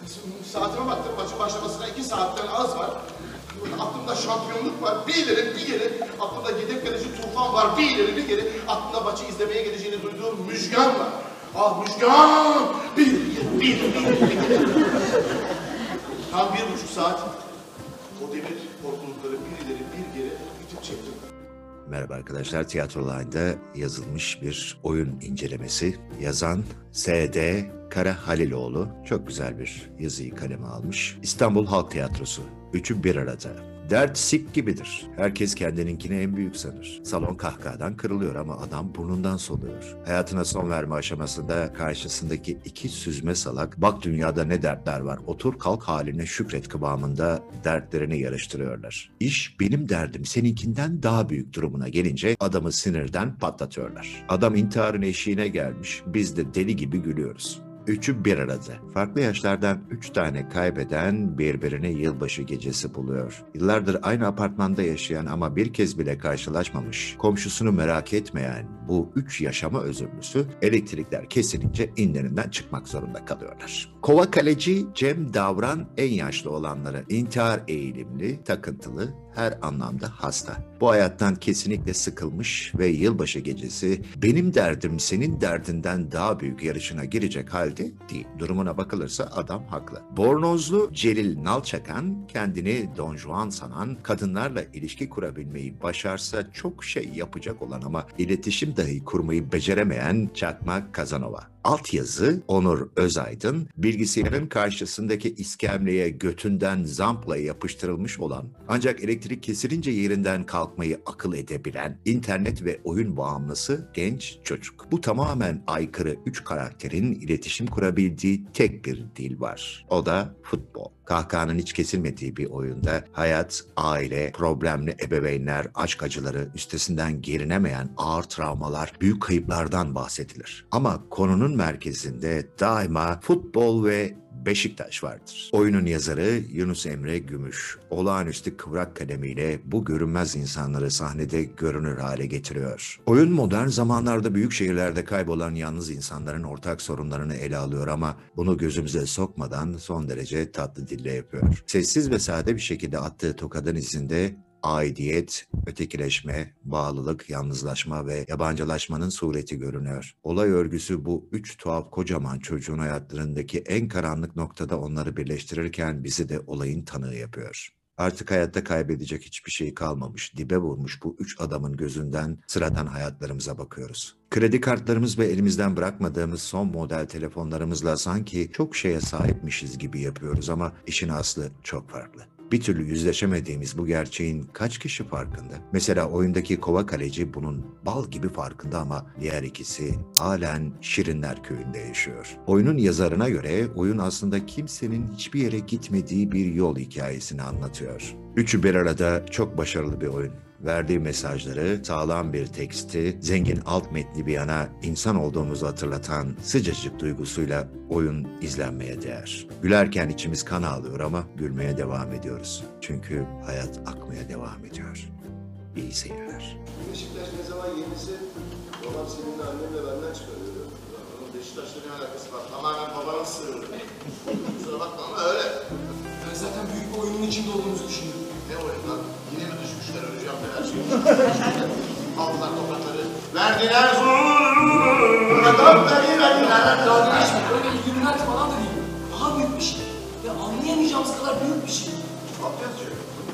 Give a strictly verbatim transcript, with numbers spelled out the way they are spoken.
Saatime baktım, maçın başlamasına iki saatten az var. Aklımda şampiyonluk var, bir ileri bir geri. Aklımda yedek kaleci Tufan var, bir ileri bir geri. Aklımda maçı izlemeye geleceğini duyduğum Müjgan var. Ah Müjgan! Bir ileri bir geri, bir ileri bir geri. Tam bir buçuk saat o demir korkulukları bir ileri bir geri gidip çektim. Merhaba arkadaşlar, Tiyatro Line'da yazılmış bir oyun incelemesi. Yazan S D Kara Haliloğlu çok güzel bir yazıyı kaleme almış. İstanbul Halk Tiyatrosu, üçü bir arada. Dert sik gibidir. Herkes kendininkini en büyük sanır. Salon kahkahadan kırılıyor ama adam burnundan soluyor. Hayatına son verme aşamasında karşısındaki iki süzme salak, bak dünyada ne dertler var, otur kalk haline şükret kıvamında dertlerini yarıştırıyorlar. İş benim derdim seninkinden daha büyük durumuna gelince adamı sinirden patlatıyorlar. Adam intiharın eşiğine gelmiş, biz de deli gibi gülüyoruz. Üçü bir arada. Farklı yaşlardan üç tane kaybeden birbirini yılbaşı gecesi buluyor. Yıllardır aynı apartmanda yaşayan ama bir kez bile karşılaşmamış, komşusunu merak etmeyen bu üç yaşama özürlüsü elektrikler kesilince inlerinden çıkmak zorunda kalıyorlar. Kova kaleci Cem Davran en yaşlı olanları, intihar eğilimli, takıntılı, her anlamda hasta. Bu hayattan kesinlikle sıkılmış ve yılbaşı gecesi benim derdim senin derdinden daha büyük yarışına girecek halde değil. Durumuna bakılırsa adam haklı. Bornozlu Celil Nalçakan kendini Don Juan sanan, kadınlarla ilişki kurabilmeyi başarsa çok şey yapacak olan ama iletişim dahi kurmayı beceremeyen Çakma Kazanova. Altyazı Onur Özaydın, bilgisayarın karşısındaki iskemleye götünden zampla yapıştırılmış olan ancak elektrik kesilince yerinden kalkmayı akıl edebilen internet ve oyun bağımlısı genç çocuk. Bu tamamen aykırı üç karakterin iletişim kurabildiği tek bir dil var. O da futbol. Kahkahanın hiç kesilmediği bir oyunda hayat, aile, problemli ebeveynler, aşk acıları, üstesinden gelinemeyen ağır travmalar, büyük kayıplardan bahsedilir. Ama konunun merkezinde daima futbol ve Beşiktaş vardır. Oyunun yazarı Yunus Emre Gümüş, olağanüstü kıvrak kalemiyle bu görünmez insanları sahnede görünür hale getiriyor. Oyun modern zamanlarda büyük şehirlerde kaybolan yalnız insanların ortak sorunlarını ele alıyor ama bunu gözümüze sokmadan son derece tatlı dille yapıyor. Sessiz ve sade bir şekilde attığı tokadın izinde aidiyet, ötekileşme, bağlılık, yalnızlaşma ve yabancılaşmanın sureti görünüyor. Olay örgüsü bu üç tuhaf kocaman çocuğun hayatlarındaki en karanlık noktada onları birleştirirken bizi de olayın tanığı yapıyor. Artık hayatta kaybedecek hiçbir şey kalmamış, dibe vurmuş bu üç adamın gözünden sıradan hayatlarımıza bakıyoruz. Kredi kartlarımız ve elimizden bırakmadığımız son model telefonlarımızla sanki çok şeye sahipmişiz gibi yapıyoruz ama işin aslı çok farklı. Bir türlü yüzleşemediğimiz bu gerçeğin kaç kişi farkında? Mesela oyundaki kova kaleci bunun bal gibi farkında ama diğer ikisi halen Şirinler Köyü'nde yaşıyor. Oyunun yazarına göre oyun aslında kimsenin hiçbir yere gitmediği bir yol hikayesini anlatıyor. Üçü bir arada çok başarılı bir oyun. Verdiği mesajları, sağlam bir teksti, zengin alt metni bir yana insan olduğumuzu hatırlatan sıcacık duygusuyla oyun izlenmeye değer. Gülerken içimiz kan ağlıyor ama gülmeye devam ediyoruz. Çünkü hayat akmaya devam ediyor. İyi seyirler. Beşiktaş ne zaman yenilse babam seninle annemle benden çıkarıyor. Onun Beşiktaş'la ne alakası var? Tamamen babanın sırrı. Kusura bakma ama öyle. Ben zaten büyük bir oyunun içinde olduğumuzu düşünüyorum. Ne oyun lan? Yine mi düşmüşler öleceğim de her şeyi? Aldılar toprakları. Verdiler zoruna. Toprakları verdiler. Dalga geçme, böyle Illuminati falan da değil. Daha büyük bir şey. Ya anlayamayacağımız kadar büyük bir şey. Alt yazıyor.